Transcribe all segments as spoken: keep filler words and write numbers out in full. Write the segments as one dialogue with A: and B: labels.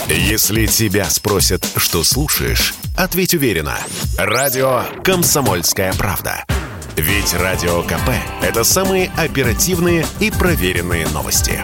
A: Если тебя спросят, что слушаешь, ответь уверенно. Радио «Комсомольская правда». Ведь Радио КП – это самые оперативные и проверенные новости.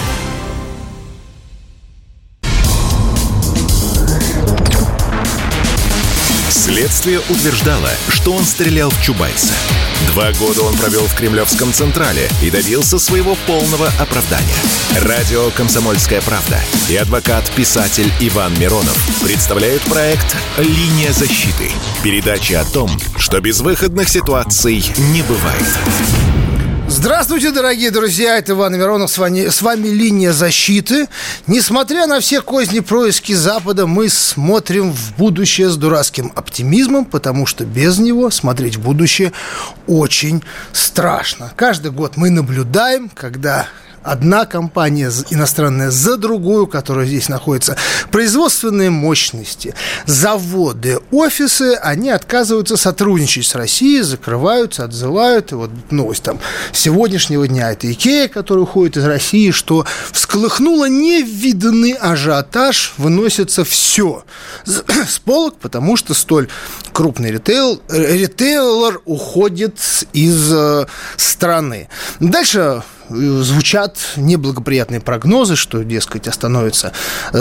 A: Следствие утверждало, что он стрелял в Чубайса. Два года он провел в Кремлевском Централе и добился своего полного оправдания. Радио «Комсомольская правда» и адвокат-писатель Иван Миронов представляют проект «Линия защиты». Передача о том, что безвыходных ситуаций не бывает.
B: Здравствуйте, дорогие друзья, это Иван Миронов, с вами, с вами «Линия защиты». Несмотря на все козни происки Запада, мы смотрим в будущее с дурацким оптимизмом, потому что без него смотреть в будущее очень страшно. Каждый год мы наблюдаем, когда одна компания иностранная за другую, которая здесь находится, производственные мощности, заводы, офисы, они отказываются сотрудничать с Россией, закрываются, отзывают. И вот новость там сегодняшнего дня, это Икея, которая уходит из России, что всколыхнуло невиданный ажиотаж, выносится все с полок, потому что столь крупный ритейл, ритейлер уходит из э, страны. Дальше звучат неблагоприятные прогнозы, что, дескать, остановятся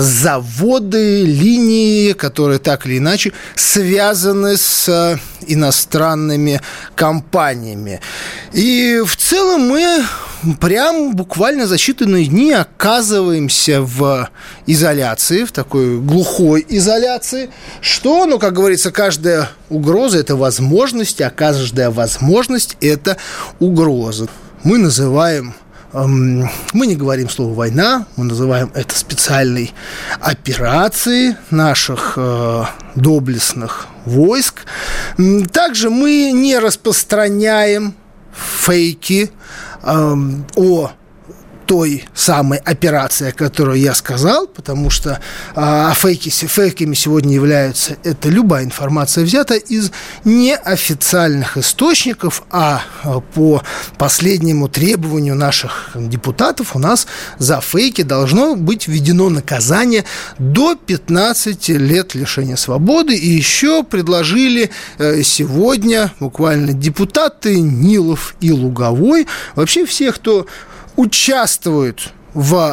B: заводы, линии, которые так или иначе связаны с иностранными компаниями. И в целом мы прям буквально за считанные дни оказываемся в изоляции, в такой глухой изоляции, что, ну, как говорится, каждая угроза – это возможность, а каждая возможность – это угроза. Мы называем, эм, мы не говорим слово «война», мы называем это специальной операцией наших э, доблестных войск. Также мы не распространяем фейки э, о той самой операции, о которой я сказал, потому что а, фейки, фейками сегодня являются это любая информация, взята из неофициальных источников, а по последнему требованию наших депутатов у нас за фейки должно быть введено наказание до пятнадцати лет лишения свободы. И еще предложили сегодня буквально депутаты Нилов и Луговой, вообще все, кто участвуют в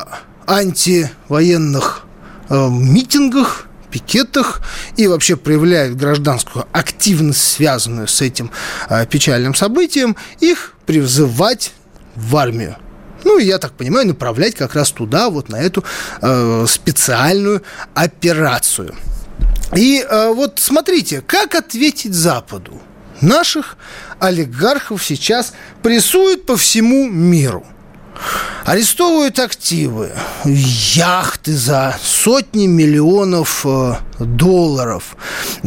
B: антивоенных э, митингах, пикетах и вообще проявляют гражданскую активность, связанную с этим э, печальным событием, их призывать в армию. Ну, и, я так понимаю, направлять как раз туда, вот на эту э, специальную операцию. И э, вот смотрите, как ответить Западу? Наших олигархов сейчас прессуют по всему миру. Арестовывают активы, яхты за сотни миллионов долларов.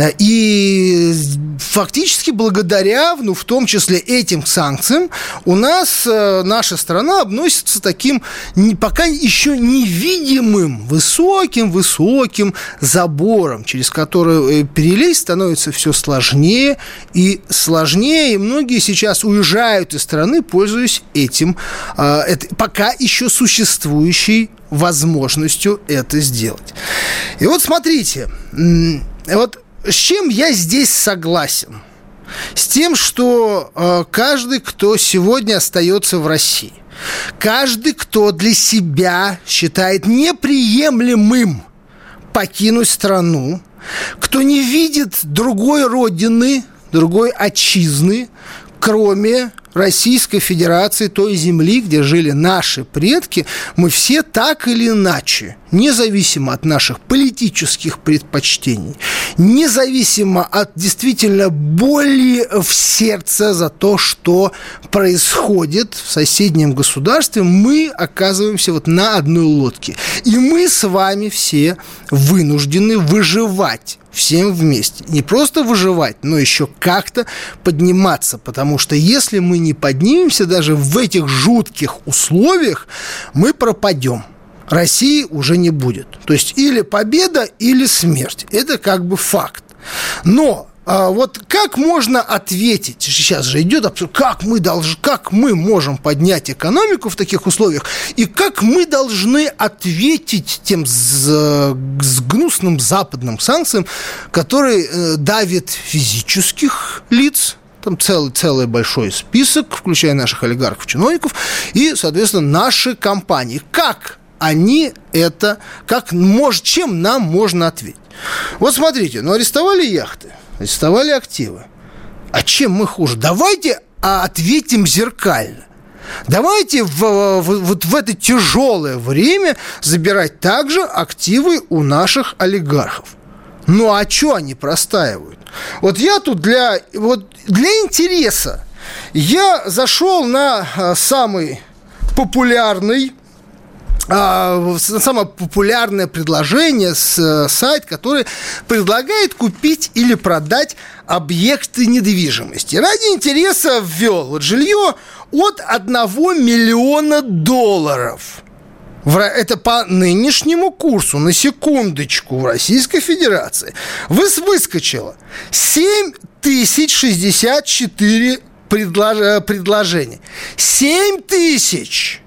B: И фактически благодаря, ну, в том числе этим санкциям, у нас наша страна обносится таким пока еще невидимым высоким-высоким забором, через который перелезть становится все сложнее и сложнее. И многие сейчас уезжают из страны, пользуясь этим, пока еще существующей возможностью это сделать. И вот смотрите, вот с чем я здесь согласен? С тем, что э, каждый, кто сегодня остается в России, каждый, кто для себя считает неприемлемым покинуть страну, кто не видит другой родины, другой отчизны, кроме Российской Федерации, той земли, где жили наши предки, мы все так или иначе, независимо от наших политических предпочтений, независимо от действительно боли в сердце за то, что происходит в соседнем государстве, мы оказываемся вот на одной лодке. И мы с вами все вынуждены выживать всем вместе. Не просто выживать, но еще как-то подниматься, потому что если мы не поднимемся даже в этих жутких условиях, мы пропадем. России уже не будет. То есть или победа, или смерть. Это как бы факт. Но а, вот как можно ответить, сейчас же идет абсурд, как мы, должны, как мы можем поднять экономику в таких условиях, и как мы должны ответить тем с, с гнусным западным санкциям, которые э, давят физических лиц, там целый, целый большой список, включая наших олигархов, чиновников, и, соответственно, наши компании. Как они это, как, может, чем нам можно ответить? Вот смотрите, ну арестовали яхты, арестовали активы. А чем мы хуже? Давайте ответим зеркально. Давайте в, в, вот в это тяжелое время забирать также активы у наших олигархов. Ну а что они простаивают? Вот я тут для, вот для интереса я зашел на самый популярный самое популярное предложение с сайт, который предлагает купить или продать объекты недвижимости. Ради интереса ввел вот жилье от одного миллиона долларов. Это по нынешнему курсу, на секундочку, в Российской Федерации выскочило семь тысяч шестьдесят четыре предлож... предложения. семь тысяч!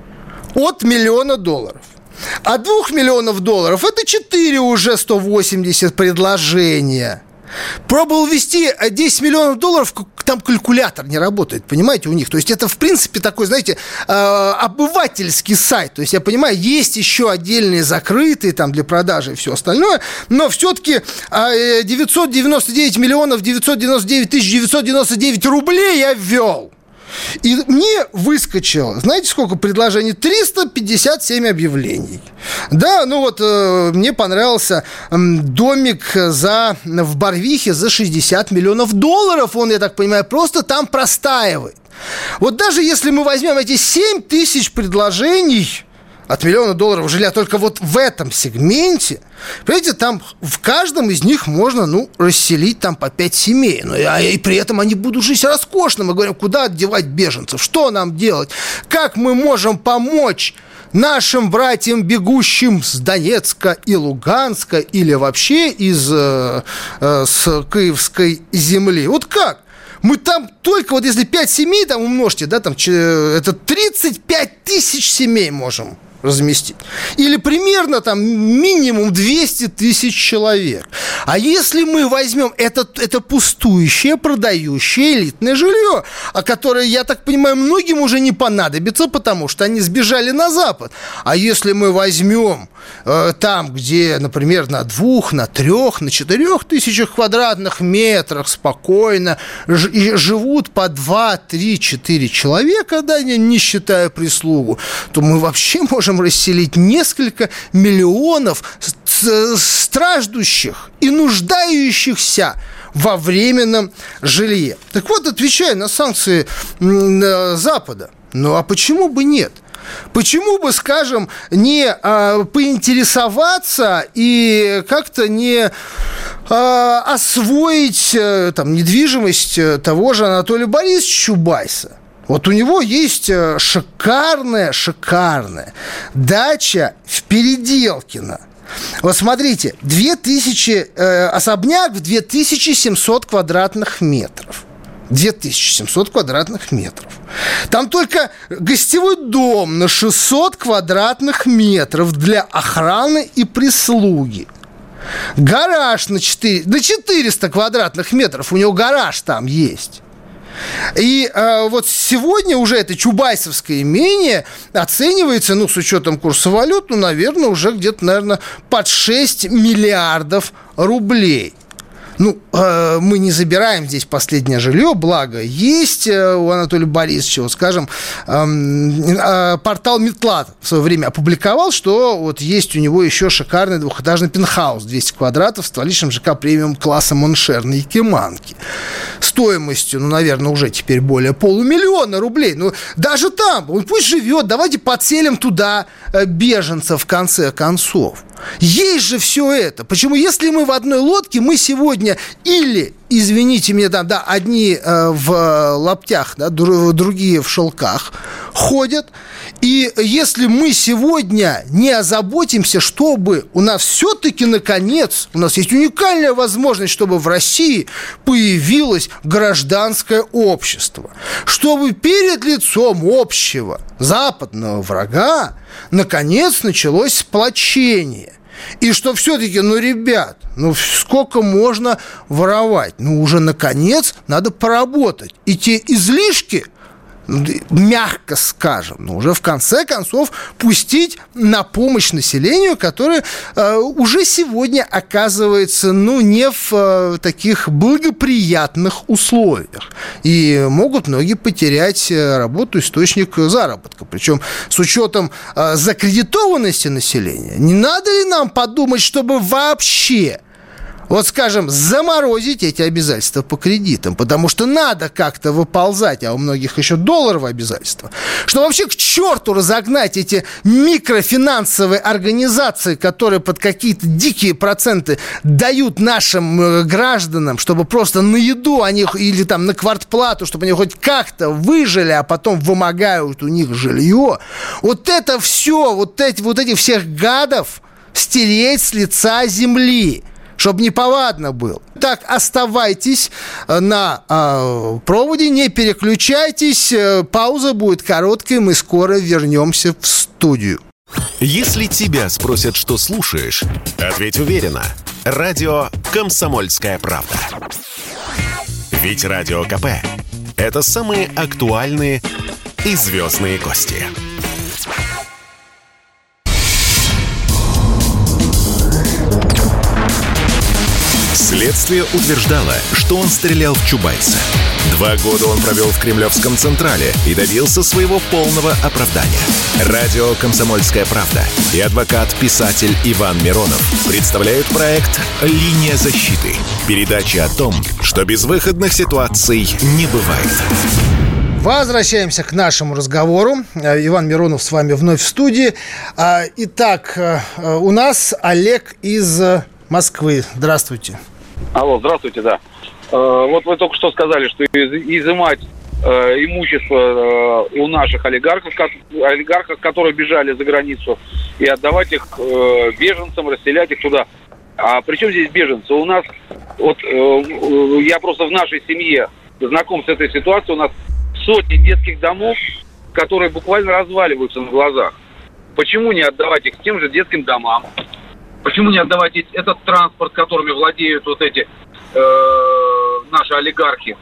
B: От миллиона долларов. От двух миллионов долларов это четыре уже сто восемьдесят предложения. Пробовал ввести десять миллионов долларов, там калькулятор не работает, понимаете, у них. То есть это, в принципе, такой, знаете, обывательский сайт. То есть, я понимаю, есть еще отдельные закрытые там для продажи и все остальное, но все-таки девятьсот девяносто девять миллионов девятьсот девяносто девять тысяч девятьсот девяносто девять рублей я ввел. И мне выскочило, знаете, сколько предложений? триста пятьдесят семь объявлений. Да, ну вот э, мне понравился э, домик за, в Барвихе за шестьдесят миллионов долларов. Он, я так понимаю, просто там простаивает. Вот даже если мы возьмем эти семь тысяч предложений от миллиона долларов жилья только вот в этом сегменте, понимаете, там в каждом из них можно, ну, расселить там по пять семей. Ну, и, и при этом они будут жить роскошно. Мы говорим, куда отдевать беженцев? Что нам делать? Как мы можем помочь нашим братьям, бегущим с Донецка и Луганска или вообще из э, э, с Киевской земли? Вот как? Мы там только, вот если пять семей там умножьте, да, там это тридцать пять тысяч семей можем разместить. Или примерно там минимум двести тысяч человек. А если мы возьмем это, это пустующее, продающее элитное жилье, о которое, я так понимаю, многим уже не понадобится, потому что они сбежали на Запад. А если мы возьмем э, там, где, например, на двух, на трех, на четырех тысячах квадратных метрах спокойно ж, и живут по два, три, четыре человека, да, не, не считая прислугу, то мы вообще можем расселить несколько миллионов страждущих и нуждающихся во временном жилье. Так вот, отвечая на санкции Запада, ну а почему бы нет? Почему бы, скажем, не а, поинтересоваться и как-то не а, освоить а, там, недвижимость того же Анатолия Борисовича Чубайса? Вот у него есть шикарная, шикарная дача в Переделкино. Вот смотрите, две тысячи, э, особняк в две тысячи семьсот квадратных метров. две тысячи семьсот квадратных метров. Там только гостевой дом на шестьсот квадратных метров для охраны и прислуги. Гараж на, четыре, на четыреста квадратных метров. У него гараж там есть. И э, вот сегодня уже это чубайсовское имение оценивается, ну, с учетом курса валют, ну, наверное, уже где-то, наверное, под шесть миллиардов рублей. Ну, э, мы не забираем здесь последнее жилье, благо есть э, у Анатолия Борисовича, вот, скажем, э, э, портал Метлат в свое время опубликовал, что вот есть у него еще шикарный двухэтажный пентхаус двести квадратов в столичном ЖК премиум класса Моншер на Якиманке. Стоимостью, ну, наверное, уже теперь более полумиллиона рублей. Ну, даже там, он пусть живет, давайте подселим туда беженцев в конце концов. Есть же все это. Почему, если мы в одной лодке, мы сегодня или, извините меня, там, да, одни э, в лаптях, да, другие в шелках ходят, И если мы сегодня не озаботимся, чтобы у нас все-таки, наконец, у нас есть уникальная возможность, чтобы в России появилось гражданское общество, чтобы перед лицом общего западного врага, наконец, началось сплочение. И что все-таки, ну, ребят, ну, сколько можно воровать? Ну, уже, наконец, надо поработать. И те излишки, мягко скажем, но уже в конце концов пустить на помощь населению, которое э, уже сегодня оказывается, ну, не в э, таких благоприятных условиях. И могут многие потерять работу, источник заработка. Причем с учетом э, закредитованности населения, не надо ли нам подумать, чтобы вообще... Вот, скажем, заморозить эти обязательства по кредитам, потому что надо как-то выползать, а у многих еще долларовые обязательства, что вообще к черту разогнать эти микрофинансовые организации, которые под какие-то дикие проценты дают нашим гражданам, чтобы просто на еду они, или там на квартплату, чтобы они хоть как-то выжили, а потом вымогают у них жилье. Вот это все, вот эти, вот этих всех гадов стереть с лица земли, чтобы неповадно было. Так, оставайтесь на э, проводе, не переключайтесь. Пауза будет короткой, мы скоро вернемся в студию.
A: Если тебя спросят, что слушаешь, ответь уверенно. Радио «Комсомольская правда». Ведь Радио КП – это самые актуальные и звездные гости. Следствие утверждало, что он стрелял в Чубайса. Два года он провел в Кремлевском Централе и добился своего полного оправдания. Радио «Комсомольская правда» и адвокат-писатель Иван Миронов представляют проект «Линия защиты». Передача о том, что безвыходных ситуаций не бывает.
B: Возвращаемся к нашему разговору. Иван Миронов с вами вновь в студии. Итак, у нас Олег из Москвы. Здравствуйте.
C: Алло, здравствуйте, да. Э, вот вы только что сказали, что из, изымать э, имущество э, у наших олигархов, ко- олигархов, которые бежали за границу, и отдавать их э, беженцам, расселять их туда. А при чем здесь беженцы? У нас, вот э, я просто в нашей семье знаком с этой ситуацией, у нас сотни детских домов, которые буквально разваливаются на глазах. Почему не отдавать их тем же детским домам? Почему не отдавать этот транспорт, которыми владеют вот эти э, наши олигархи?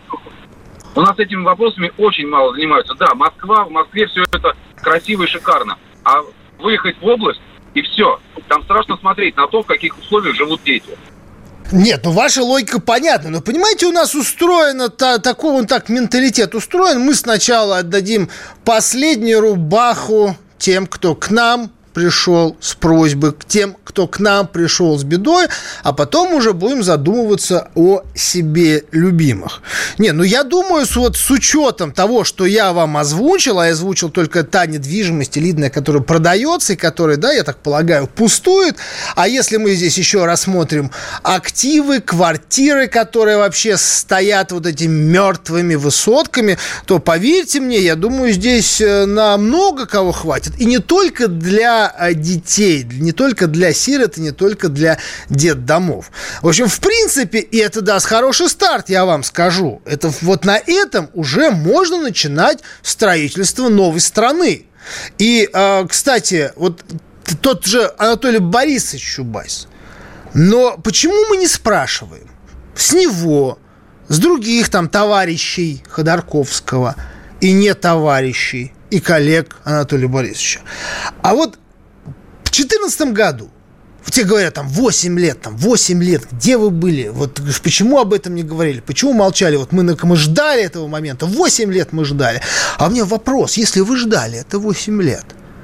C: У нас этими вопросами очень мало занимаются. Да, Москва, в Москве все это красиво и шикарно. А выехать в область, и все. Там страшно смотреть на то, в каких условиях живут дети.
B: Нет, ну ваша логика понятна. Но понимаете, у нас устроено, та, такой он так менталитет устроен. Мы сначала отдадим последнюю рубаху тем, кто к нам пришел с просьбой, к тем, кто к нам пришел с бедой, а потом уже будем задумываться о себе любимых. Не, ну я думаю, с, вот с учетом того, что я вам озвучил, а я озвучил только та недвижимость элитная, которая продается и которая, да, я так полагаю, пустует, а если мы здесь еще рассмотрим активы, квартиры, которые вообще стоят вот этими мертвыми высотками, то, поверьте мне, я думаю, здесь на много кого хватит. И не только для детей, не только для сирот, и не только для детдомов. В общем, в принципе, и это даст хороший старт, я вам скажу. Это вот на этом уже можно начинать строительство новой страны. И, кстати, вот тот же Анатолий Борисович Чубайс. Но почему мы не спрашиваем с него, с других там товарищей Ходорковского и не товарищей, и коллег Анатолия Борисовича? А вот в две тысячи четырнадцатом году, те говорят, там, восемь лет, там, восемь лет, где вы были? Вот почему об этом не говорили? Почему молчали? Вот мы, мы ждали этого момента, восемь лет мы ждали. А у меня вопрос, если вы ждали это восемь лет,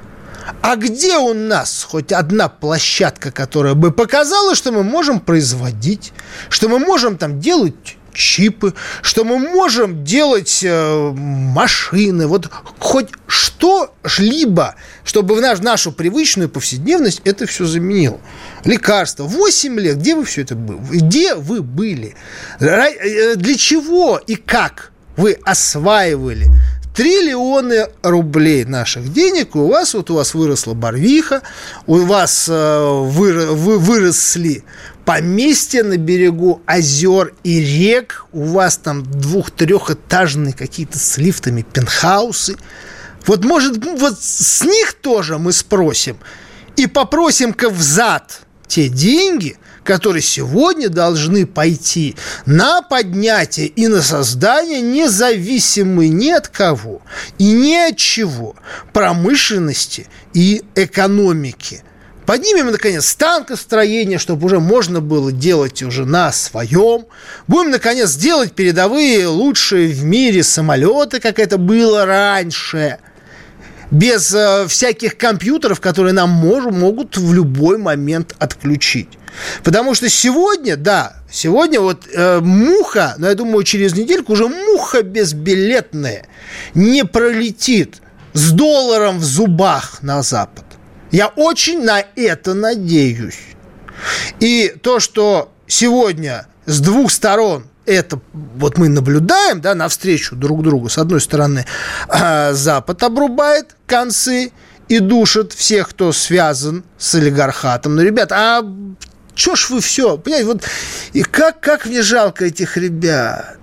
B: а где у нас хоть одна площадка, которая бы показала, что мы можем производить, что мы можем там делать чипы, что мы можем делать э, машины, вот хоть что-либо, чтобы в наш, нашу привычную повседневность это все заменило. Лекарства. восемь лет. Где вы все это были? Где вы были? Для чего и как вы осваивали триллионы рублей наших денег, и у вас вот у вас выросла Барвиха, у вас э, вы, вы, выросли поместья на берегу озер и рек, у вас там двух-трехэтажные какие-то с лифтами пентхаусы. Вот, может, вот с них тоже мы спросим и попросим-ка взад те деньги, которые сегодня должны пойти на поднятие и на создание независимой ни от кого и ни от чего промышленности и экономики. Поднимем, наконец, станкостроение, чтобы уже можно было делать уже на своем. Будем, наконец, делать передовые, лучшие в мире самолеты, как это было раньше. Без э, всяких компьютеров, которые нам мож, могут в любой момент отключить. Потому что сегодня, да, сегодня вот э, муха, но я думаю, через недельку уже муха безбилетная не пролетит с долларом в зубах на Запад. Я очень на это надеюсь. И то, что сегодня с двух сторон это вот мы наблюдаем, да, навстречу друг другу. С одной стороны, Запад обрубает концы и душит всех, кто связан с олигархатом. Ну, ребят, а чё ж вы все, понимаете, вот и как, как мне жалко этих ребят.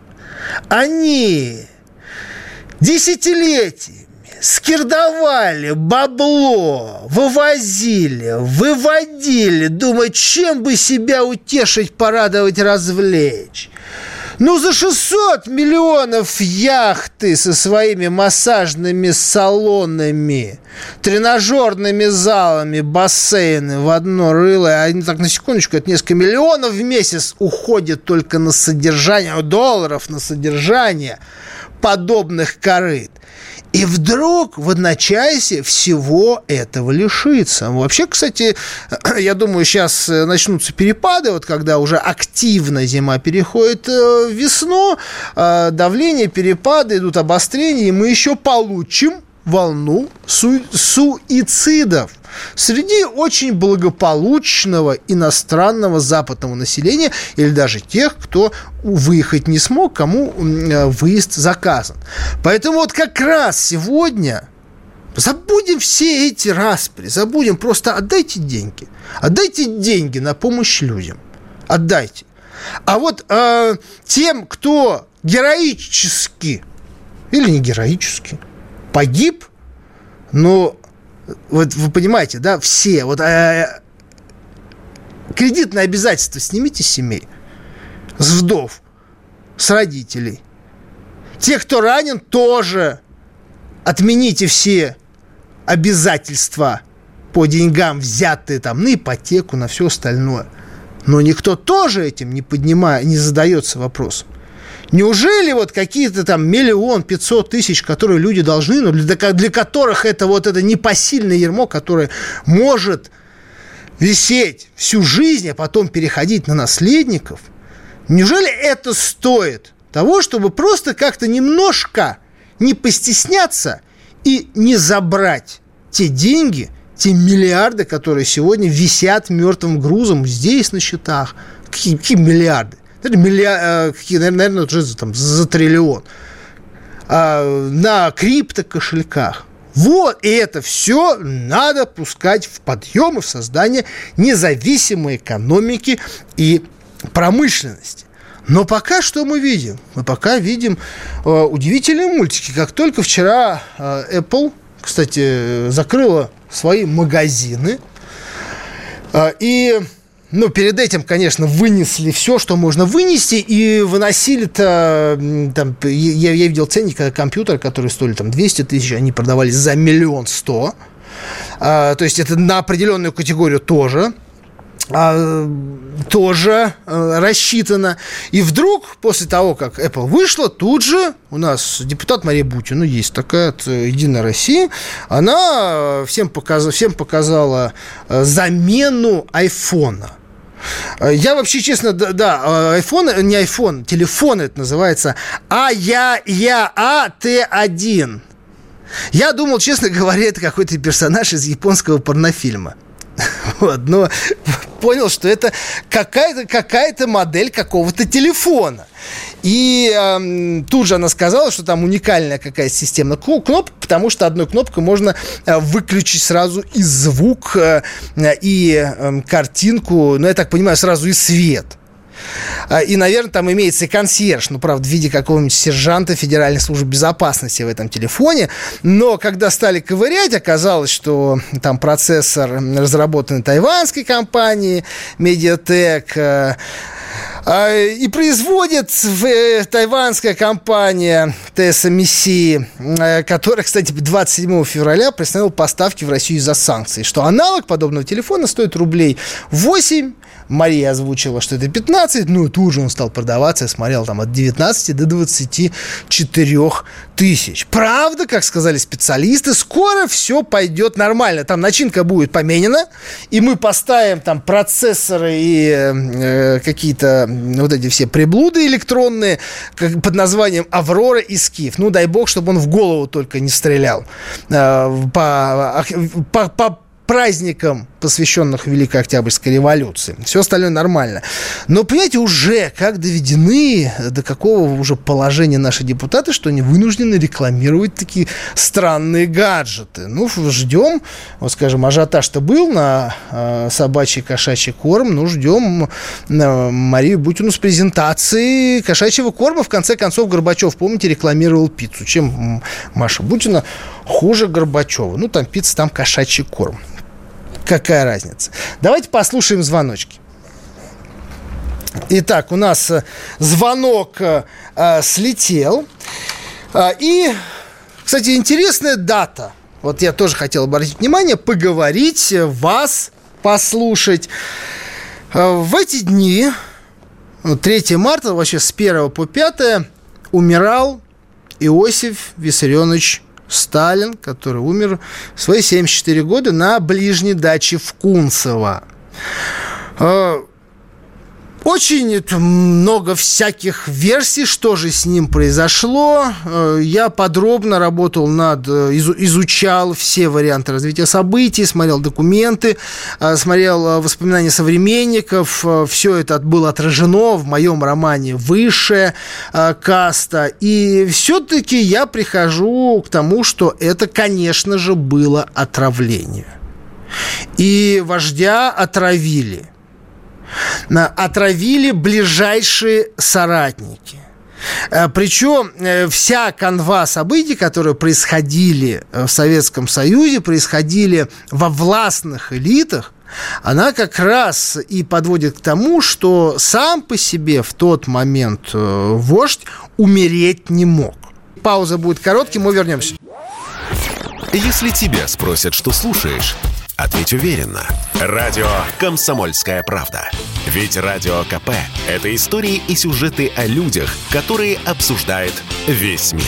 B: Они десятилетиями скирдовали бабло, вывозили, выводили, думая, чем бы себя утешить, порадовать, развлечь. Ну, за шестьсот миллионов яхты со своими массажными салонами, тренажерными залами, бассейны в одно рыло. Они так, на секундочку, это несколько миллионов в месяц уходит только на содержание, долларов на содержание подобных корыт. И вдруг в одночасье всего этого лишится. Вообще, кстати, я думаю, сейчас начнутся перепады, вот когда уже активно зима переходит в весну, давление, перепады, идут обострения, и мы еще получим волну су- суицидов среди очень благополучного иностранного западного населения или даже тех, кто выехать не смог, кому выезд заказан. Поэтому вот как раз сегодня забудем все эти распри, забудем, просто отдайте деньги. Отдайте деньги на помощь людям. Отдайте. А вот э, тем, кто героически или не героически погиб, но вот вы понимаете, да, все вот э, кредитные обязательства снимите с семей, с вдов, с родителей. Те, кто ранен, тоже отмените все обязательства по деньгам, взятые там на ипотеку, на все остальное. Но никто тоже этим не поднимает, не задается вопросом. Неужели вот какие-то там миллион пятьсот тысяч, которые люди должны, но для, для которых это вот это непосильное ярмо, которое может висеть всю жизнь, а потом переходить на наследников, неужели это стоит того, чтобы просто как-то немножко не постесняться и не забрать те деньги, те миллиарды, которые сегодня висят мертвым грузом здесь на счетах? Какие, какие миллиарды? Миллиард, наверное, уже там, за триллион а, на криптокошельках. Вот, и это все надо пускать в подъем и в создание независимой экономики и промышленности. Но пока что мы видим? Мы пока видим э, удивительные мультики. Как только вчера э, Apple, кстати, закрыла свои магазины, э, и... Ну, перед этим, конечно, вынесли все, что можно вынести, и выносили-то, там, я, я видел ценник компьютера, которые стоили там двести тысяч, они продавались за миллион сто. А, то есть это на определенную категорию тоже, а, тоже а, рассчитано. И вдруг, после того, как Apple вышла, тут же у нас депутат Мария Бутина, ну, есть такая от «Единой России», она всем показала, всем показала замену айфона. Я вообще, честно, да, да, iPhone, не iPhone, телефон это называется а я я а тэ один. Я думал, честно говоря, это какой-то персонаж из японского порнофильма. Вот, но понял, что это какая-то, какая-то модель какого-то телефона. И э, тут же она сказала, что там уникальная какая-то система кнопок, потому что одной кнопкой можно э, выключить сразу и звук, э, и э, картинку, ну, я так понимаю, сразу и свет. И, наверное, там имеется и консьерж, ну, правда, в виде какого-нибудь сержанта Федеральной службы безопасности в этом телефоне. Но когда стали ковырять, оказалось, что там процессор разработан тайваньской компанией Mediatek, и производит тайваньская компания ти эс эм си, которая, кстати, двадцать седьмого февраля приостановила поставки в Россию из-за санкций. Что аналог подобного телефона стоит рублей восемь. Мария озвучила, что это пятнадцать. Ну, и тут же он стал продаваться, я смотрел, там от девятнадцати до двадцати четырёх тысяч. Правда, как сказали специалисты, скоро все пойдет нормально. Там начинка будет поменена, и мы поставим там процессоры и э, какие-то вот эти все приблуды электронные как, под названием «Аврора» и «Скиф». Ну, дай бог, чтобы он в голову только не стрелял. Э, по, по, по праздникам, посвященных Великой Октябрьской революции. Все остальное нормально. Но, понимаете, уже как доведены до какого уже положения наши депутаты, что они вынуждены рекламировать такие странные гаджеты. Ну, ждем, вот скажем, ажиотаж-то был на э, собачий кошачий корм, ну, ждем э, Марию Бутину с презентацией кошачьего корма. В конце концов, Горбачев, помните, рекламировал пиццу. Чем Маша Бутина хуже Горбачева? Ну, там пицца, там кошачий корм. Какая разница? Давайте послушаем звоночки. Итак, у нас звонок э, слетел. Э, и, кстати, интересная дата. Вот я тоже хотел обратить внимание, поговорить, вас послушать. Э, в эти дни, третьего марта, вообще с первого по пятое, умирал Иосиф Виссарионович Сталин, который умер в свои семьдесят четыре года на ближней даче в Кунцево. Очень много всяких версий, что же с ним произошло. Я подробно работал над, изучал все варианты развития событий, смотрел документы, смотрел воспоминания современников. Все это было отражено в моем романе «Высшая каста». И все-таки я прихожу к тому, что это, конечно же, было отравление. И вождя отравили. Отравили ближайшие соратники. Причем вся канва событий, которые происходили в Советском Союзе, происходили во властных элитах, она как раз и подводит к тому, что сам по себе в тот момент вождь умереть не мог. Пауза будет короткой, мы вернемся.
A: Если тебя спросят, что слушаешь, ответь уверенно. Радио «Комсомольская правда». Ведь Радио ка пэ – это истории и сюжеты о людях, которые обсуждает весь мир.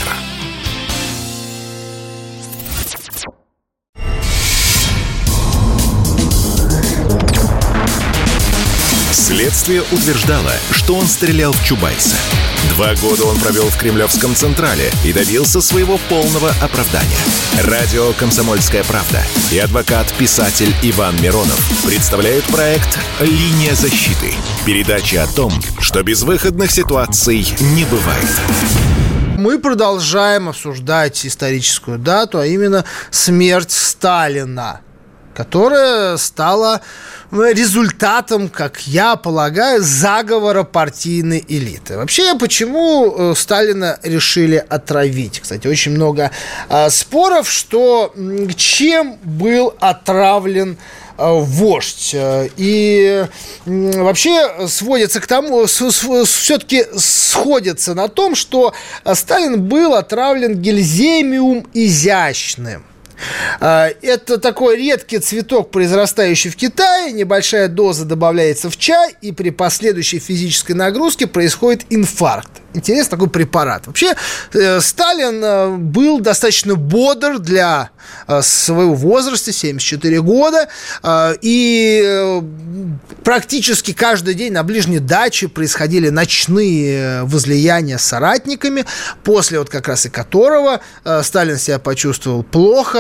A: Следствие утверждало, что он стрелял в Чубайса. Два года он провел в Кремлевском Централе и добился своего полного оправдания. Радио «Комсомольская правда» и адвокат-писатель Иван Миронов представляют проект «Линия защиты». Передача о том, что безвыходных ситуаций не бывает.
B: Мы продолжаем обсуждать историческую дату, а именно смерть Сталина, которая стала результатом, как я полагаю, заговора партийной элиты. Вообще, почему Сталина решили отравить? Кстати, очень много э, споров, что чем был отравлен э, вождь. И э, вообще сводится к тому, с, с, все-таки сходится на том, что Сталин был отравлен гильземиум изящным. Это такой редкий цветок, произрастающий в Китае. Небольшая доза добавляется в чай, и при последующей физической нагрузке происходит инфаркт. Интересный такой препарат. Вообще, Сталин был достаточно бодр для своего возраста, семьдесят четыре года, и практически каждый день на ближней даче происходили ночные возлияния с соратниками, после вот как раз и которого Сталин себя почувствовал плохо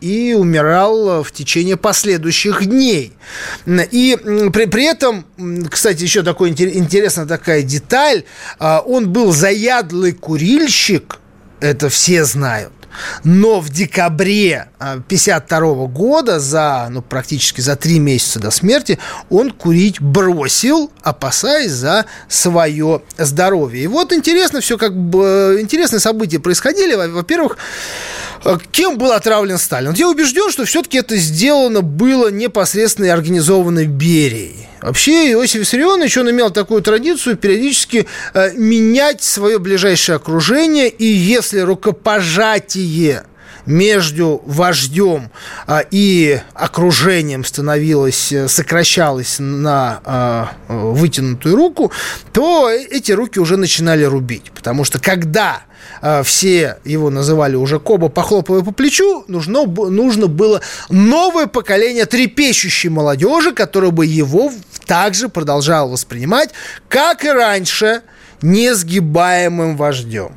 B: и умирал в течение последующих дней. И при, при этом, кстати, еще такой интересная такая деталь, он был заядлый курильщик, это все знают. Но в декабре пятьдесят второго года, за, ну, практически за три месяца до смерти, он курить бросил, опасаясь за свое здоровье. И вот интересно все, как бы интересные события происходили. Во-первых, кем был отравлен Сталин? Вот я убежден, что все-таки это сделано было непосредственно и организованно Берией. Вообще Иосиф Виссарионович, он имел такую традицию периодически э, менять свое ближайшее окружение, и если рукопожатие между вождем а, и окружением становилось, сокращалось на а, вытянутую руку, то эти руки уже начинали рубить. Потому что когда а, все его называли уже Коба, похлопывая по плечу, нужно, нужно было новое поколение трепещущей молодежи, которое бы его также продолжало воспринимать, как и раньше, несгибаемым вождем.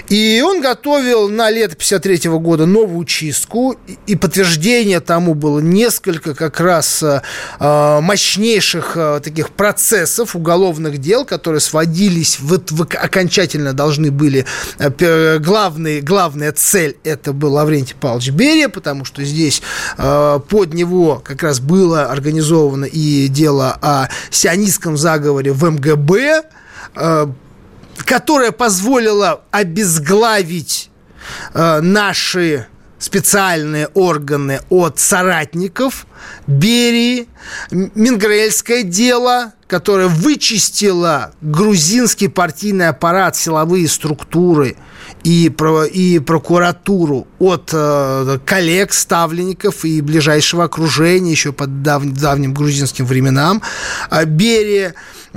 B: И он готовил на лето пятьдесят третьего года новую чистку, и подтверждение тому было несколько как раз э, мощнейших э, таких процессов, уголовных дел, которые сводились, в, в, окончательно должны были, э, главный, главная цель это был Лаврентий Павлович Берия, потому что здесь э, под него как раз было организовано и дело о сионистском заговоре в эм гэ бэ, э, которая позволила обезглавить э, наши специальные органы от соратников Берии, Менгрельское дело, которое вычистило грузинский партийный аппарат, силовые структуры и, и прокуратуру от э, коллег, ставленников и ближайшего окружения еще по дав, давним грузинским временам э, Берия.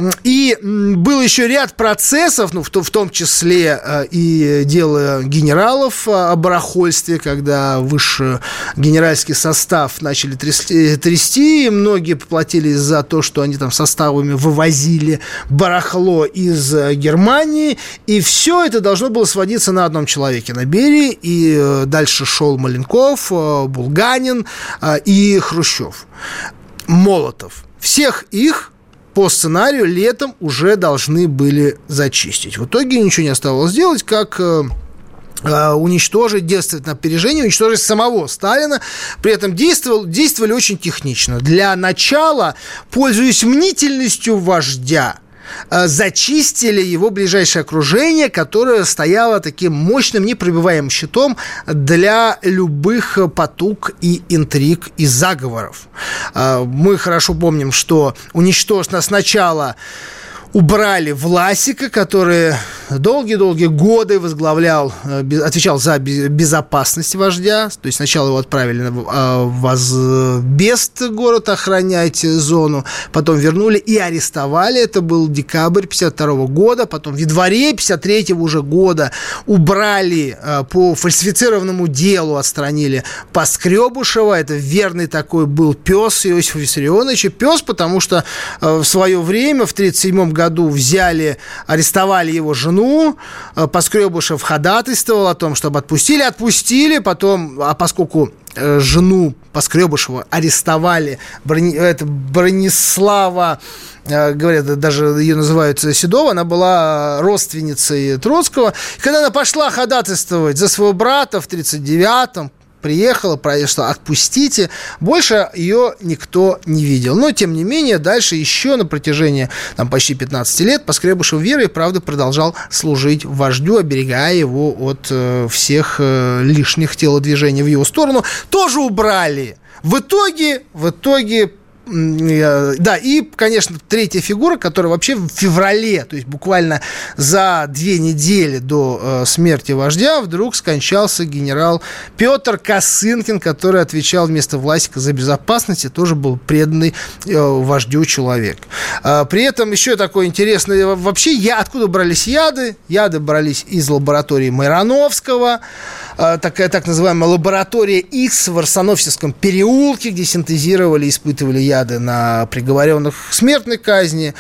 B: И был еще ряд процессов, ну, в, в том числе э, и дело генералов о барахольстве, когда высший генеральский состав начали трясти, трясти, и многие поплатились за то, что они там составами вывозили барахло из Германии, и все это должно было сводиться на одном человеке, на Берии, и э, дальше шел Маленков, э, Булганин э, и Хрущев. Молотов. Всех их по сценарию летом уже должны были зачистить. В итоге ничего не оставалось делать, как э, э, уничтожить, действовать на опережение, уничтожить самого Сталина. При этом действовал, действовали очень технично. Для начала, пользуясь мнительностью вождя, зачистили его ближайшее окружение, которое стояло таким мощным, непробиваемым щитом для любых потуг и интриг и заговоров. Мы хорошо помним, что уничтожено сначала убрали Власика, который долгие-долгие годы возглавлял, отвечал за безопасность вождя. То есть сначала его отправили в Азбест, город, охранять зону, потом вернули и арестовали. Это был декабрь пятьдесят второго года. Потом в январе пятьдесят третьего уже года убрали по фальсифицированному делу, отстранили Поскребышева. Это верный такой был пес Иосифа Виссарионовича. Пес, потому что в свое время, в тридцать седьмом году, году взяли, арестовали его жену, Поскребышев ходатайствовал о том, чтобы отпустили, отпустили, потом, а поскольку жену Поскребышева арестовали, Брони, это Бронислава, говорят, даже ее называют Седова, она была родственницей Троцкого. И когда она пошла ходатайствовать за своего брата в тридцать девятом, приехала, что отпустите, больше ее никто не видел. Но, тем не менее, дальше еще на протяжении там, почти пятнадцати лет Поскребышев верой и правдой продолжал служить вождю, оберегая его от э, всех э, лишних телодвижений в его сторону. Тоже убрали. В итоге, в итоге да, и, конечно, третья фигура, которая вообще в феврале, то есть буквально за две недели до э, смерти вождя, вдруг скончался генерал Петр Косынкин, который отвечал вместо Власика за безопасность и тоже был преданный э, вождю человек. Э, при этом еще такое интересное, вообще, я, откуда брались яды? Яды брались из лаборатории Майрановского, э, такая так называемая лаборатория X в Арсенофьевском переулке, где синтезировали, испытывали яды яды на приговоренных к смертной казни,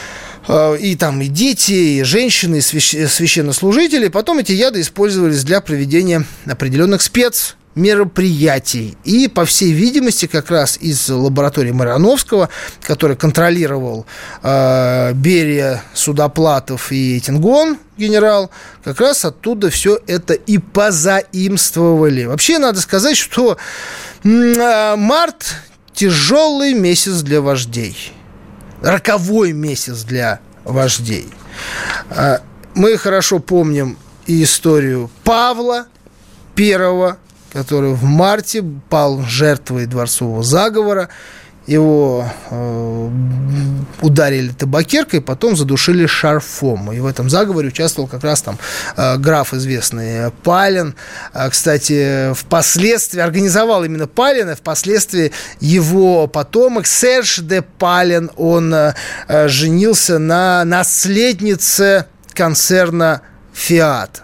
B: и там и дети, и женщины, и священнослужители. Потом эти яды использовались для проведения определенных спец мероприятий. И, по всей видимости, как раз из лаборатории Марановского, который контролировал э, Берия, Судоплатов и Тингон, генерал, как раз оттуда все это и позаимствовали. Вообще, надо сказать, что э, март – тяжелый месяц для вождей. Роковой месяц для вождей. Э, мы хорошо помним и историю Павла Первого, который в марте пал жертвой дворцового заговора. Его э, ударили табакеркой, потом задушили шарфом. И в этом заговоре участвовал как раз там э, граф известный Палин. А, кстати, впоследствии организовал именно Палин, и впоследствии его потомок Серж де Палин, он э, женился на наследнице концерна «Фиат».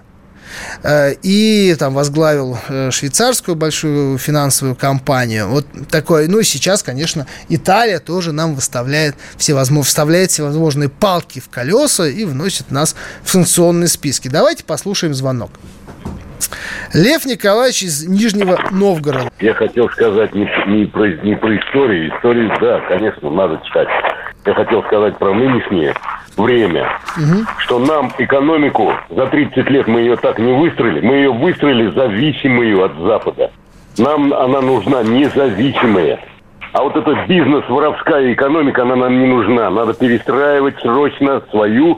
B: И там возглавил швейцарскую большую финансовую компанию. Вот такое. Ну и сейчас, конечно, Италия тоже нам выставляет всевозможные, вставляет всевозможные палки в колеса и вносит нас в санкционные списки. Давайте послушаем звонок. Лев Николаевич из Нижнего Новгорода.
D: Я хотел сказать не, не, про, не про историю. Историю, да, конечно, надо читать. Я хотел сказать про нынешнее время, угу. что нам экономику за тридцать лет мы ее так не выстроили, мы ее выстроили зависимую от Запада. Нам она нужна независимая. А вот эта бизнес-воровская экономика, она нам не нужна. Надо перестраивать срочно свою.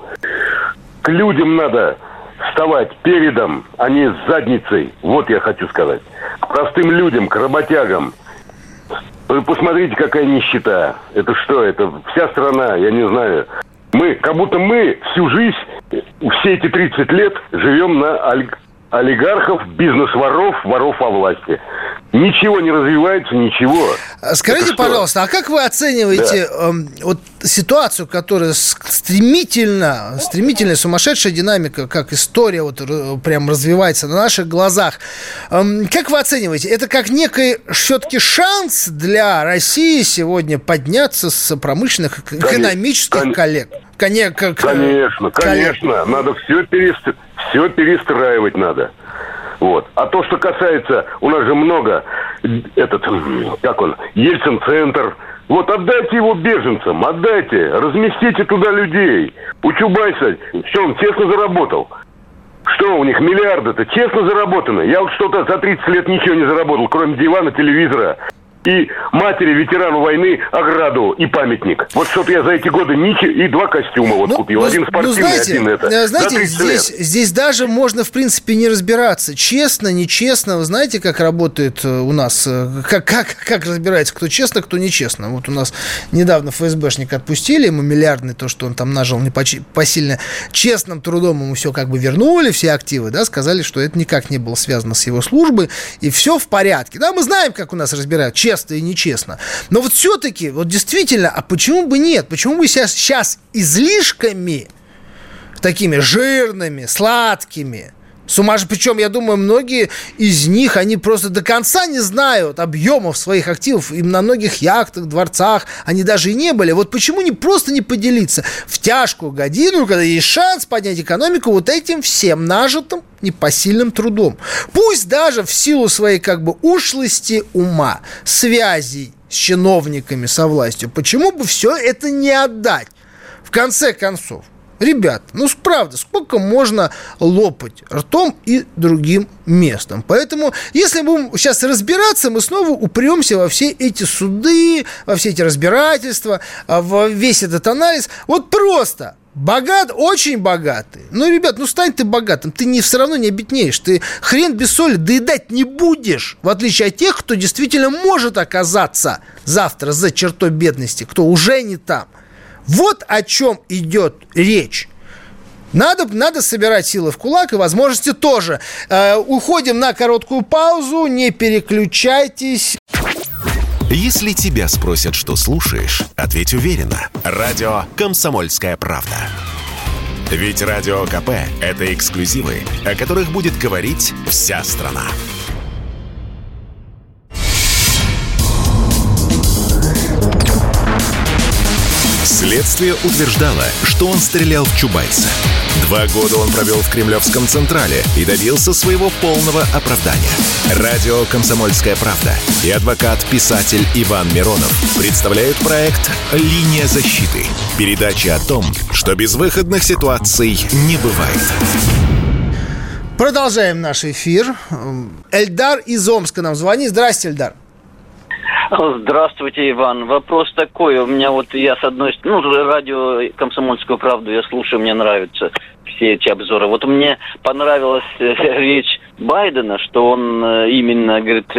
D: К людям надо вставать передом, а не с задницей. Вот я хочу сказать. К простым людям, к работягам. Вы посмотрите, какая нищета. Это что? Это вся страна, я не знаю. Мы, как будто мы всю жизнь, все эти тридцать лет живем на олигархов, бизнес-воров, воров во власти. Ничего не развивается, ничего.
B: Скажите, пожалуйста, а как вы оцениваете да. э, вот ситуацию, которая стремительно, стремительная сумасшедшая динамика, как история вот прям развивается на наших глазах? Э, как вы оцениваете? Это как некий все-таки шанс для России сегодня подняться с промышленных, экономических Кон... коллег? Коне... Как...
D: Конечно, конечно. Коллег. Надо все, перест... все перестраивать надо. Вот. А то, что касается, у нас же много, этот, как он, Ельцин-центр. Вот отдайте его беженцам, отдайте, разместите туда людей. У Чубайса, все, он честно заработал. Что у них, миллиарды-то честно заработаны. Я вот что-то за тридцать лет ничего не заработал, кроме дивана, телевизора. И матери ветерану войны ограду и памятник. Вот что-то я за эти годы ничего... И два костюма вот ну, купил.
B: Ну,
D: один спортивный,
B: ну, знаете,
D: один это.
B: Знаете, здесь, здесь даже можно, в принципе, не разбираться. Честно, нечестно. Вы знаете, как работает у нас... Как, как, как разбирается, кто честно, кто нечестно. Вот у нас недавно ФСБшника отпустили. Ему миллиардный то, что он там нажил непосильно честным трудом. Ему все как бы вернули, все активы. Да, сказали, что это никак не было связано с его службой. И все в порядке. Да, мы знаем, как у нас разбирают. Честно и нечестно. Но вот все-таки, вот действительно, а почему бы нет? Почему бы сейчас, сейчас излишками, такими жирными, сладкими, сумаш... причем, я думаю, многие из них, они просто до конца не знают объемов своих активов, им на многих яхтах, дворцах они даже и не были. Вот почему не просто не поделиться в тяжкую годину, когда есть шанс поднять экономику вот этим всем нажитым непосильным трудом. Пусть даже в силу своей как бы ушлости ума, связей с чиновниками, со властью, почему бы все это не отдать? В конце концов, ребят, ну правда, сколько можно лопать ртом и другим местом? Поэтому, если будем сейчас разбираться, мы снова упремся во все эти суды, во все эти разбирательства, во весь этот анализ. Вот просто богат, очень богатый. Ну, ребят, ну стань ты богатым, ты не, все равно не обеднеешь. Ты хрен без соли доедать не будешь, в отличие от тех, кто действительно может оказаться завтра за чертой бедности, кто уже не там. Вот о чем идет речь. Надо, надо собирать силы в кулак и возможности тоже. Э, уходим на короткую паузу, не переключайтесь.
A: Если тебя спросят, что слушаешь, ответь уверенно. Радио «Комсомольская правда». Ведь Радио КП – это эксклюзивы, о которых будет говорить вся страна. Следствие утверждало, что он стрелял в Чубайса. Два года он провел в Кремлевском Централе и добился своего полного оправдания. Радио «Комсомольская правда» и адвокат-писатель Иван Миронов представляют проект «Линия защиты». Передача о том, что безвыходных ситуаций не бывает.
B: Продолжаем наш эфир. Эльдар из Омска нам звонит. Здрасте, Эльдар.
E: Здравствуйте, Иван. Вопрос такой. У меня вот я с одной стороны... Ну, радио «Комсомольскую правду» я слушаю, мне нравятся все эти обзоры. Вот мне понравилась речь Байдена, что он именно, говорит,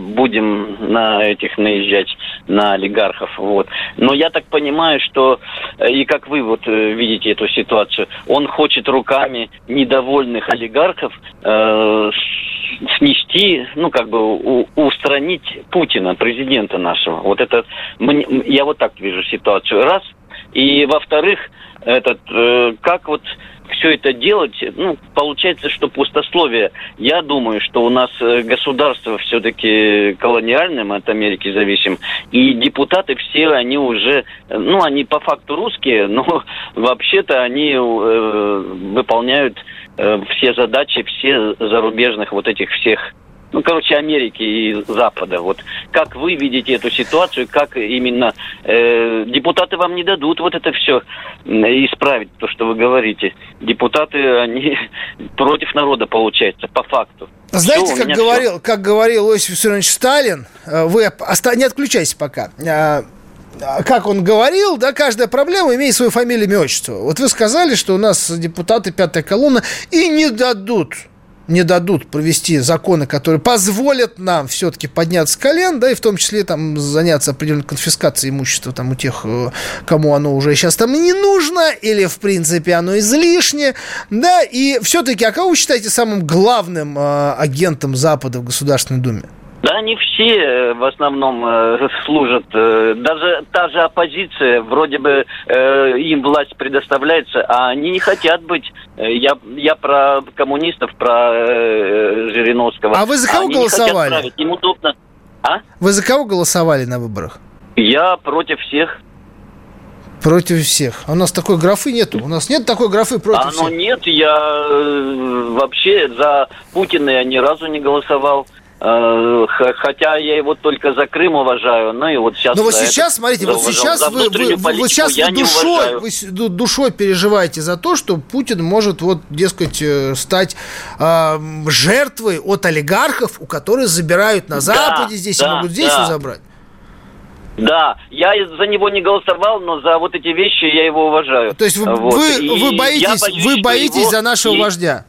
E: будем на этих наезжать, на олигархов. Вот. Но я так понимаю, что, и как вы вот видите эту ситуацию, он хочет руками недовольных олигархов э, снести, ну, как бы у, устранить Путина, президента нашего. Вот это, мне, я вот так вижу ситуацию. Раз. И, во-вторых, этот, э, как вот все это делать, ну, получается, что пустословие. Я думаю, что у нас государство все-таки колониальное, мы от Америки зависим, и депутаты все, они уже, ну, они по факту русские, но вообще-то они э, выполняют э, все задачи, все зарубежных вот этих всех, ну, короче, Америки и Запада. Вот как вы видите эту ситуацию, как именно э, депутаты вам не дадут вот это все исправить, то, что вы говорите. Депутаты, они против народа, получается, по факту.
B: Знаете,
E: все,
B: как говорил,
E: все.
B: как говорил Иосиф Виссарионович Сталин, вы оста- не отключайтесь пока. Как он говорил, да, каждая проблема имеет свою фамилию, имя, отчество. Вот вы сказали, что у нас депутаты пятая колонна и не дадут не дадут провести законы, которые позволят нам все-таки подняться с колен, да, и в том числе там заняться определенной конфискацией имущества там у тех, кому оно уже сейчас там не нужно, или, в принципе, оно излишне, да, и все-таки, а кого вы считаете самым главным э, агентом Запада в Государственной Думе?
E: Да, они все в основном э, служат. Э, даже та же оппозиция, вроде бы э, им власть предоставляется, а они не хотят быть. Я, я про коммунистов, про э, Жириновского.
B: А вы за кого
E: они
B: голосовали?
E: Им удобно. А?
B: Вы за кого голосовали на выборах?
E: Я против всех.
B: Против всех. А у нас такой графы нету. У нас нет такой графы против
E: а,
B: всех.
E: Ну нет, я э, вообще за Путина я ни разу не голосовал. Хотя я его только за Крым уважаю, ну и вот сейчас...
B: Но вот сейчас, смотрите, вот сейчас вы, вы, вы сейчас душой, вы душой переживаете за то, что Путин может, вот, дескать, стать э, жертвой от олигархов, у которых забирают на Западе, да, здесь да, могут здесь да. забрать.
E: Да, я за него не голосовал, но за вот эти вещи я его уважаю.
B: То есть вы, вот. вы, вы боитесь, боюсь, вы боитесь его... за нашего и... вождя?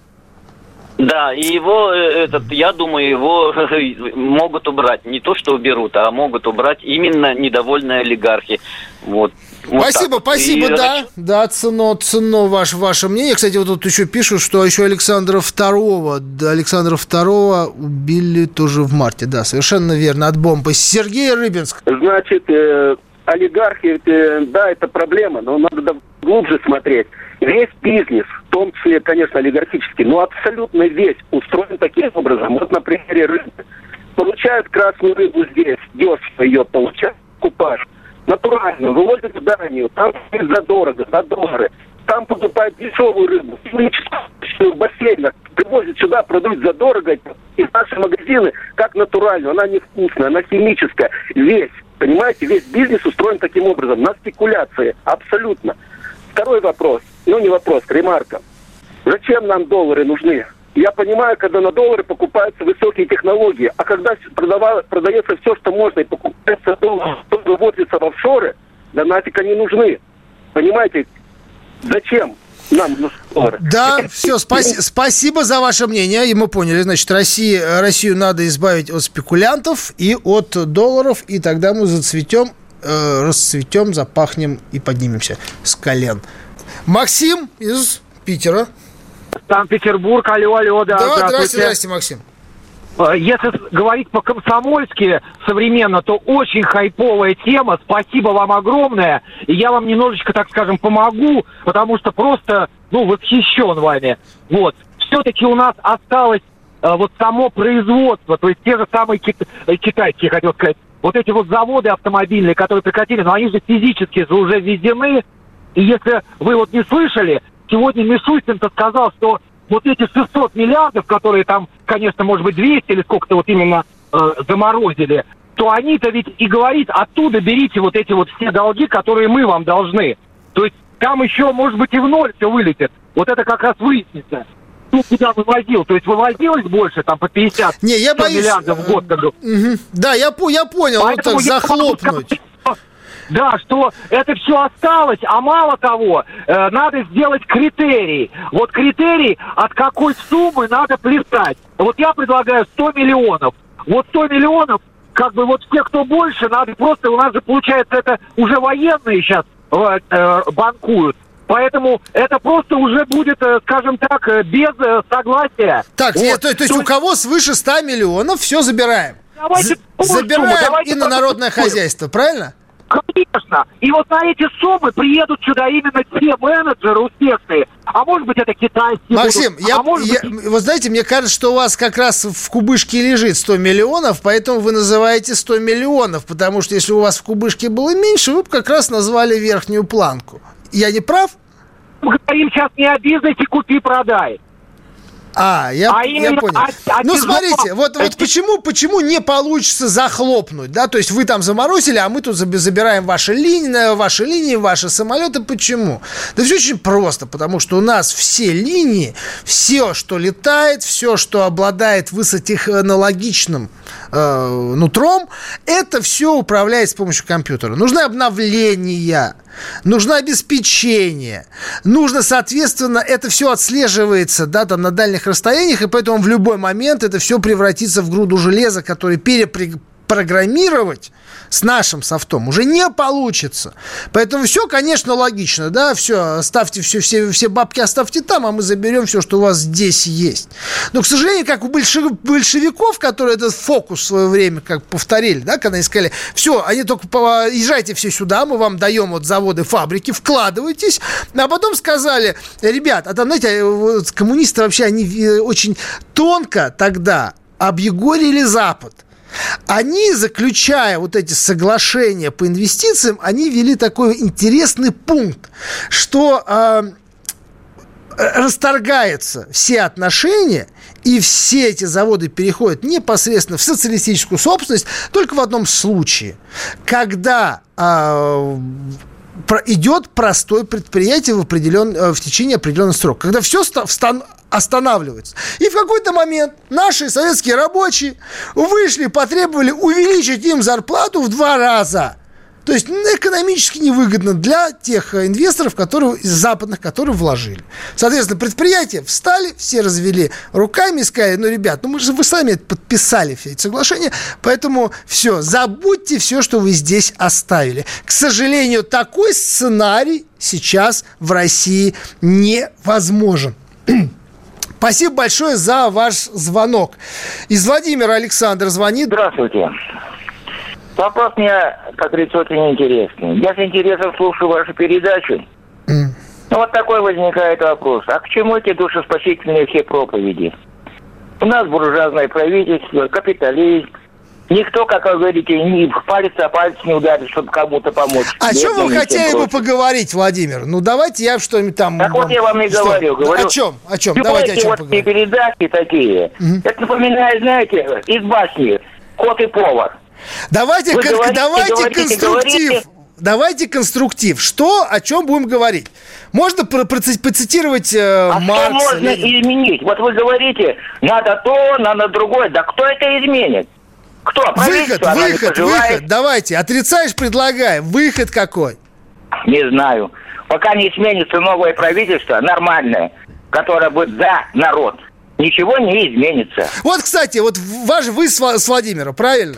E: Да, и его, этот, я думаю, его могут убрать. Не то, что уберут, а могут убрать именно недовольные олигархи. Вот. Вот
B: спасибо,
E: вот.
B: спасибо, и... да. Да, ценно, ценно ваше, ваше мнение. Кстати, вот тут еще пишут, что еще Александра Второго, да, Александра Второго убили тоже в марте. Да, совершенно верно, от бомбы. Сергей Рыбинск.
F: Значит, э, олигархи, э, да, это проблема, но надо глубже смотреть. Весь бизнес, в том числе, конечно, олигархический, но абсолютно весь устроен таким образом. Вот на примере рыбы. Получают красную рыбу здесь, дешево ее получают, покупают. Натурально, вывозят в Данию, там задорого, за доллары. Там покупают дешевую рыбу, химическую, в бассейнах, привозят сюда, продают задорого. И наши магазины, как натуральную, она невкусная, она химическая. Весь, понимаете, весь бизнес устроен таким образом, на спекуляции, абсолютно. Второй вопрос, ну не вопрос, ремарка. Зачем нам доллары нужны? Я понимаю, когда на доллары покупаются высокие технологии, а когда продава, продается все, что можно, и покупается доллар, что вывозится в офшоры, да нафиг они нужны. Понимаете, зачем нам нужны доллары?
B: Да, все, спаси, спасибо за ваше мнение, и мы поняли. Значит, России, Россию надо избавить от спекулянтов и от долларов, и тогда мы зацветем, э, расцветем, запахнем и поднимемся с колен. Максим из Питера.
G: Санкт-Петербург, алло, алло, да,
B: да
G: здравствуйте.
B: Здрасте, здрасте, Максим.
G: Если говорить по-комсомольски современно, то очень хайповая тема. Спасибо вам огромное. И я вам немножечко, так скажем, помогу, потому что просто, ну, восхищен вами. Вот. Все-таки у нас осталось э, вот само производство, то есть те же самые кит- китайские, хотел сказать, вот эти вот заводы автомобильные, которые прекратили, но они же физически же уже введены. И если вы вот не слышали, сегодня Мишустин-то сказал, что вот эти шестьсот миллиардов, которые там, конечно, может быть, двести или сколько-то вот именно э, заморозили, то они-то ведь и говорит, оттуда берите вот эти вот все долги, которые мы вам должны. То есть там еще, может быть, и в ноль все вылетит. Вот это как раз выяснится. Ну, куда вывозил? То есть вывозилось больше, там, по пятьдесят
B: Не, я боюсь...
G: миллиардов в год. Как...
B: Угу. Да, я, я понял, вот так захлопнуть.
G: Да, что это все осталось, а мало того, э, надо сделать критерий. Вот критерий, от какой суммы надо плясать. Вот я предлагаю сто миллионов. Вот сто миллионов, как бы вот те, кто больше, надо просто, у нас же получается, это уже военные сейчас э, э, банкуют. Поэтому это просто уже будет, э, скажем так, э, без э, согласия.
B: Так, вот. нет, то, то есть то... у кого свыше ста миллионов, все забираем.
G: Давайте
B: З- забираем давайте и на народное хозяйство, правильно?
G: Конечно. И вот на эти суммы приедут сюда именно те менеджеры успешные. А может быть, это китайские
B: Максим,
G: будут.
B: я,
G: а может
B: я,
G: быть...
B: вы знаете, мне кажется, что у вас как раз в кубышке лежит сто миллионов, поэтому вы называете сто миллионов, потому что если у вас в кубышке было меньше, вы бы как раз назвали верхнюю планку. Я не прав?
G: Мы говорим сейчас не о бизнесе «купи-продай».
B: А, я,
G: а
B: я понял. А, а ну, смотрите, вот, вот почему, почему не получится захлопнуть, да, то есть вы там заморозили, а мы тут забираем ваши линии, ваши линии, ваши самолеты, почему? Да все очень просто, потому что у нас все линии, все, что летает, все, что обладает высокотехнологичным э, нутром, это все управляется с помощью компьютера. Нужны обновления, нужно обеспечение, нужно, соответственно, это все отслеживается, да, там на дальних расстояниях, и поэтому в любой момент это все превратится в груду железа, который перепрограммировать с нашим софтом уже не получится. Поэтому все, конечно, логично, да, все, оставьте все, все, все бабки оставьте там, а мы заберем все, что у вас здесь есть. Но, к сожалению, как у большевиков, которые этот фокус в свое время как повторили, да, когда они сказали, все, они только езжайте все сюда, мы вам даем вот заводы, фабрики, вкладывайтесь, а потом сказали, ребят, а там, знаете, вот коммунисты вообще, они очень тонко тогда объегорили Запад. Они, заключая вот эти соглашения по инвестициям, они ввели такой интересный пункт, что э, расторгаются все отношения, и все эти заводы переходят непосредственно в социалистическую собственность только в одном случае, когда э, идет простое предприятие в, определен, в течение определенного срока, когда все встан, останавливается. И в какой-то момент наши советские рабочие вышли, потребовали увеличить им зарплату в два раза. То есть экономически невыгодно для тех инвесторов, которые, из западных, которые вложили. Соответственно, предприятия встали, все развели руками и сказали, ну, ребят, ну, мы же вы сами подписали все эти соглашения, поэтому все, забудьте все, что вы здесь оставили. К сожалению, такой сценарий сейчас в России невозможен. Спасибо большое за ваш звонок. Из Владимира Александр звонит.
H: Здравствуйте. Вопрос мне, как говорится, очень интересный. Я с интересом слушаю вашу передачу. Mm. Ну, вот такой возникает вопрос. А к чему эти душеспасительные все проповеди? У нас буржуазное правительство, капитализм. Никто, как вы говорите, ни в палец о палец не ударит, чтобы кому-то помочь.
B: О чем вы хотели бы поговорить, Владимир? Ну, давайте я что-нибудь там...
H: Так вот я вам и что? говорю. говорю.
B: О чем? О чем?
H: Чего
B: давайте
H: эти
B: о чем
H: вот
B: поговорим.
H: передачи такие, mm-hmm. это напоминает, знаете, из басни «Кот и повар».
B: Давайте, кон-
H: говорите,
B: давайте
H: говорите,
B: конструктив.
H: говорите.
B: Давайте конструктив. Что, о чем будем говорить? Можно про- про- процитировать э,
H: а
B: Маркса?
H: А что можно или... изменить? Вот вы говорите, надо то, надо другое. Да кто это изменит? Кто?
B: Выход, выход, выход. Давайте. Отрицаешь, предлагаем. Выход какой?
H: Не знаю. Пока не сменится новое правительство, нормальное, которое будет за народ, ничего не изменится.
B: Вот, кстати, вот ваш, вы с Владимира, правильно?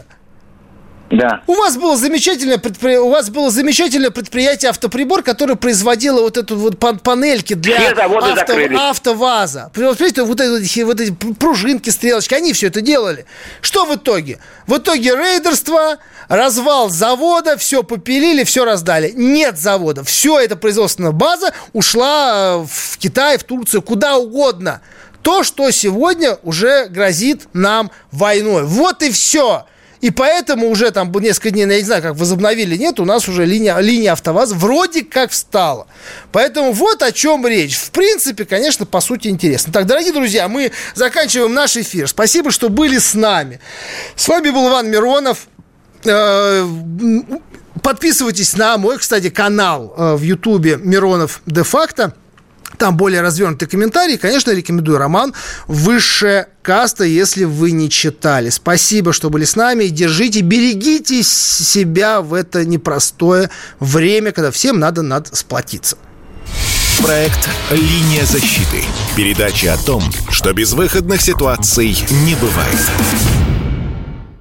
H: Да.
B: У вас было замечательное предпри... у вас было замечательное предприятие «Автоприбор», которое производило вот эту вот пан- панельки для авто... АвтоВАЗа. Представляете, вот эти, вот эти пружинки, стрелочки, они все это делали. Что в итоге? В итоге рейдерство, развал завода, все попилили, все раздали. Нет завода. Все это производственная база ушла в Китай, в Турцию, куда угодно. То, что сегодня уже грозит нам войной. Вот и все. И поэтому уже там несколько дней, я не знаю, как возобновили, нет, у нас уже линия, линия АвтоВАЗ вроде как встала. Поэтому вот о чем речь. В принципе, конечно, по сути интересно. Так, дорогие друзья, мы заканчиваем наш эфир. Спасибо, что были с нами. С вами был Иван Миронов. Подписывайтесь на мой, кстати, канал в Ютубе Миронов де-факто. Там более развернутые комментарии. Конечно, рекомендую роман «Высшая каста», если вы не читали. Спасибо, что были с нами. Держите, берегите себя в это непростое время, когда всем надо, надо сплотиться.
A: Проект «Линия защиты». Передача о том, что безвыходных ситуаций не бывает.